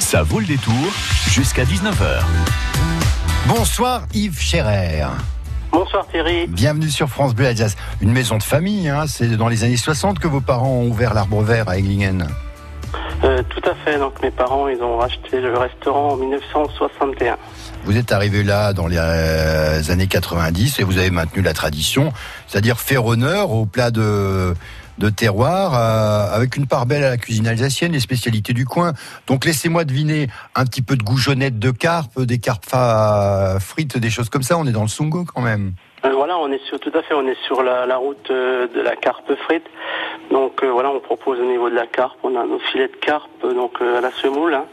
Ça vaut le détour jusqu'à 19h. Bonsoir Yves Scherer. Bonsoir Thierry. Bienvenue sur France Bleu Alsace. Une maison de famille, hein. C'est dans les années 60 que vos parents ont ouvert l'Arbre Vert à Eglingen. Tout à fait. Donc mes parents, ils ont racheté le restaurant en 1961. Vous êtes arrivé là dans les années 90 et vous avez maintenu la tradition, c'est-à-dire faire honneur aux plats de terroir avec une part belle à la cuisine alsacienne, les spécialités du coin. Donc laissez-moi deviner un petit peu de goujonnettes de carpe, des carpes frites, des choses comme ça. On est dans le Sungo quand même. Voilà, on est sur la route de la carpe frite. Donc voilà, on propose au niveau de la carpe, on a nos filets de carpe donc à la semoule. Hein.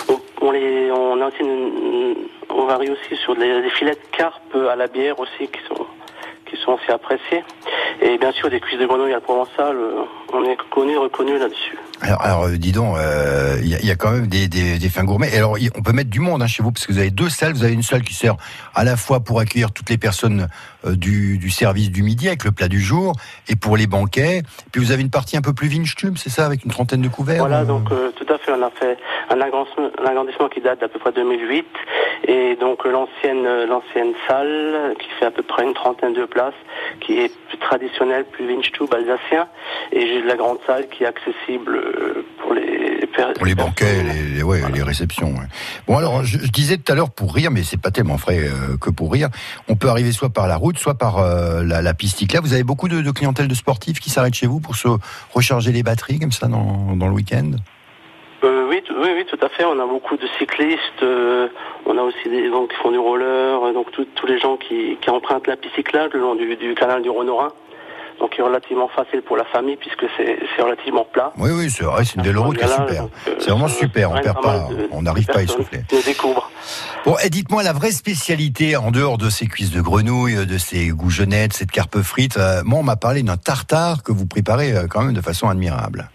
On varie aussi sur des filets de carpe à la bière aussi qui sont aussi appréciés. Et bien sûr des cuisses de grenouille à la provençale, on est reconnu là-dessus. Alors dis donc, il y a quand même des fins gourmets. Et alors on peut mettre du monde chez vous parce que vous avez deux salles. Vous avez une salle qui sert à la fois pour accueillir toutes les personnes du service du midi avec le plat du jour et pour les banquets. Puis vous avez une partie un peu plus Weinstube, c'est ça, avec une trentaine de couverts. Voilà, donc tout à fait. On a fait un agrandissement qui date d'à peu près 2008 et donc l'ancienne salle qui fait à peu près une trentaine de places, qui est plus traditionnelle, plus Weinstube alsacien, et j'ai de la grande salle qui est accessible pour les banquets, les réceptions. Ouais. Bon alors, je disais tout à l'heure pour rire, mais c'est pas tellement frais que pour rire. On peut arriver soit par la route, soit par la piste cyclable. Vous avez beaucoup de clientèle de sportifs qui s'arrêtent chez vous pour se recharger les batteries comme ça dans le week-end. Oui, tout à fait. On a beaucoup de cyclistes. On a aussi des gens qui font du roller. Donc tous les gens qui empruntent la piste cyclable le long du canal du Rhône-Rhin. Donc c'est relativement facile pour la famille puisque c'est relativement plat. Oui, c'est vrai, c'est une vélo route qui est super. C'est vraiment super, on perd pas, on n'arrive pas à essouffler. On découvre. Bon, et dites-moi la vraie spécialité en dehors de ces cuisses de grenouille, de ces goujonnettes, cette carpe frite. Moi, on m'a parlé d'un tartare que vous préparez quand même de façon admirable.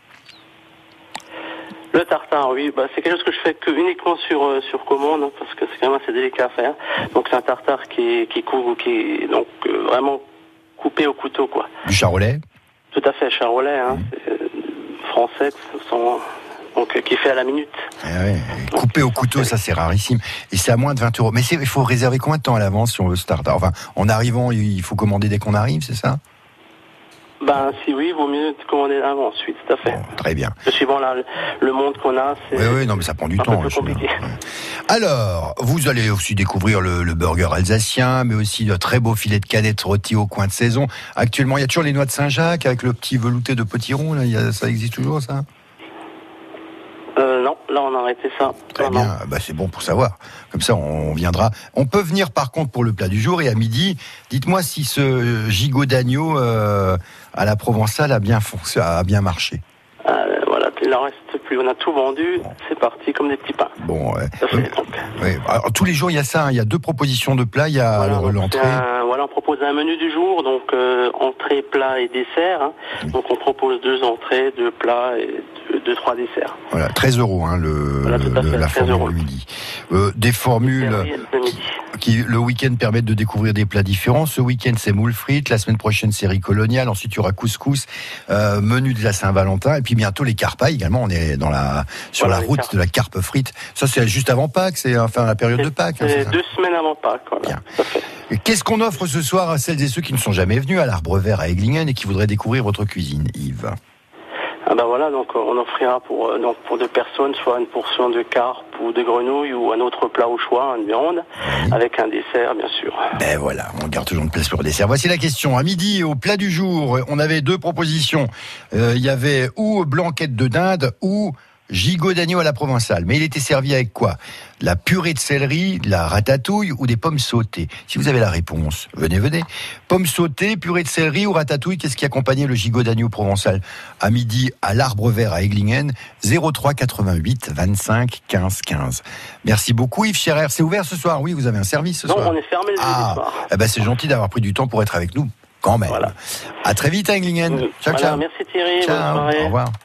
Le tartare, oui, c'est quelque chose que je fais uniquement sur commande, hein, parce que c'est quand même assez délicat à faire. Donc c'est un tartare qui est donc vraiment coupé au couteau, quoi. Du charolais ? Tout à fait, charolais, hein, français, qui fait à la minute. Ouais, coupé au couteau, ça c'est rarissime. Et c'est à moins de 20 €. Mais il faut réserver combien de temps à l'avance si on veut ce tartare ? Enfin, en arrivant, il faut commander dès qu'on arrive, c'est ça ? Si oui, il vaut mieux commander avant, ensuite, tout à fait. Bon, très bien. Suivant le monde qu'on a, c'est... Oui, non, mais ça prend du temps. Un peu plus compliqué. Alors, vous allez aussi découvrir le burger alsacien, mais aussi de très beaux filets de canettes rôtis au coin de saison. Actuellement, il y a toujours les noix de Saint-Jacques avec le petit velouté de potiron, là, ça existe toujours, ça ? Non, là on a arrêté ça. Très bien, c'est bon pour savoir. Comme ça, on viendra. On peut venir par contre pour le plat du jour et à midi. Dites-moi si ce gigot d'agneau à la provençale a bien marché. Voilà, il en reste plus. On a tout vendu. Bon. C'est parti comme des petits pains. Bon, alors, tous les jours il y a ça. Il y a deux propositions de plats. Il y a l'entrée. On propose un menu du jour, donc entrée, plat et dessert. Hein. Donc on propose 2 entrées, 2 plats et 2-3 desserts. Voilà, 13 € la formule du midi. Des formules qui le week-end permettent de découvrir des plats différents. Ce week-end c'est moules frites, la semaine prochaine c'est riz colonial, ensuite il y aura couscous, menu de la Saint-Valentin et puis bientôt les carpailles également. On est sur la route de la carpe frite. Ça c'est juste avant Pâques, c'est la période de Pâques. C'est 2 semaines avant Pâques. Voilà. Bien. Qu'est-ce qu'on offre ce soir à celles et ceux qui ne sont jamais venus à l'Arbre Vert à Eglingen et qui voudraient découvrir votre cuisine, Yves ? Voilà, donc on offrira pour 2 personnes soit une portion de carpe ou de grenouille ou un autre plat au choix, une viande, avec un dessert bien sûr. Voilà, on garde toujours une place pour le dessert. Voici la question. À midi, au plat du jour, on avait 2 propositions. Il y avait ou blanquette de dinde ou gigot d'agneau à la provençale. Mais il était servi avec quoi ? La purée de céleri, la ratatouille ou des pommes sautées ? Si vous avez la réponse, venez. Pommes sautées, purée de céleri ou ratatouille, qu'est-ce qui accompagnait le gigot d'agneau provençal ? À midi, à l'Arbre Vert à Eglingen, 03 88 25 15 15. Merci beaucoup Yves Scherer. C'est ouvert ce soir ? Oui, vous avez un service ce soir ? Non, on est fermé le jeudi soir. C'est gentil d'avoir pris du temps pour être avec nous, quand même. Voilà. À très vite à Eglingen. Ciao. Merci Thierry, bonne soirée. Au revoir.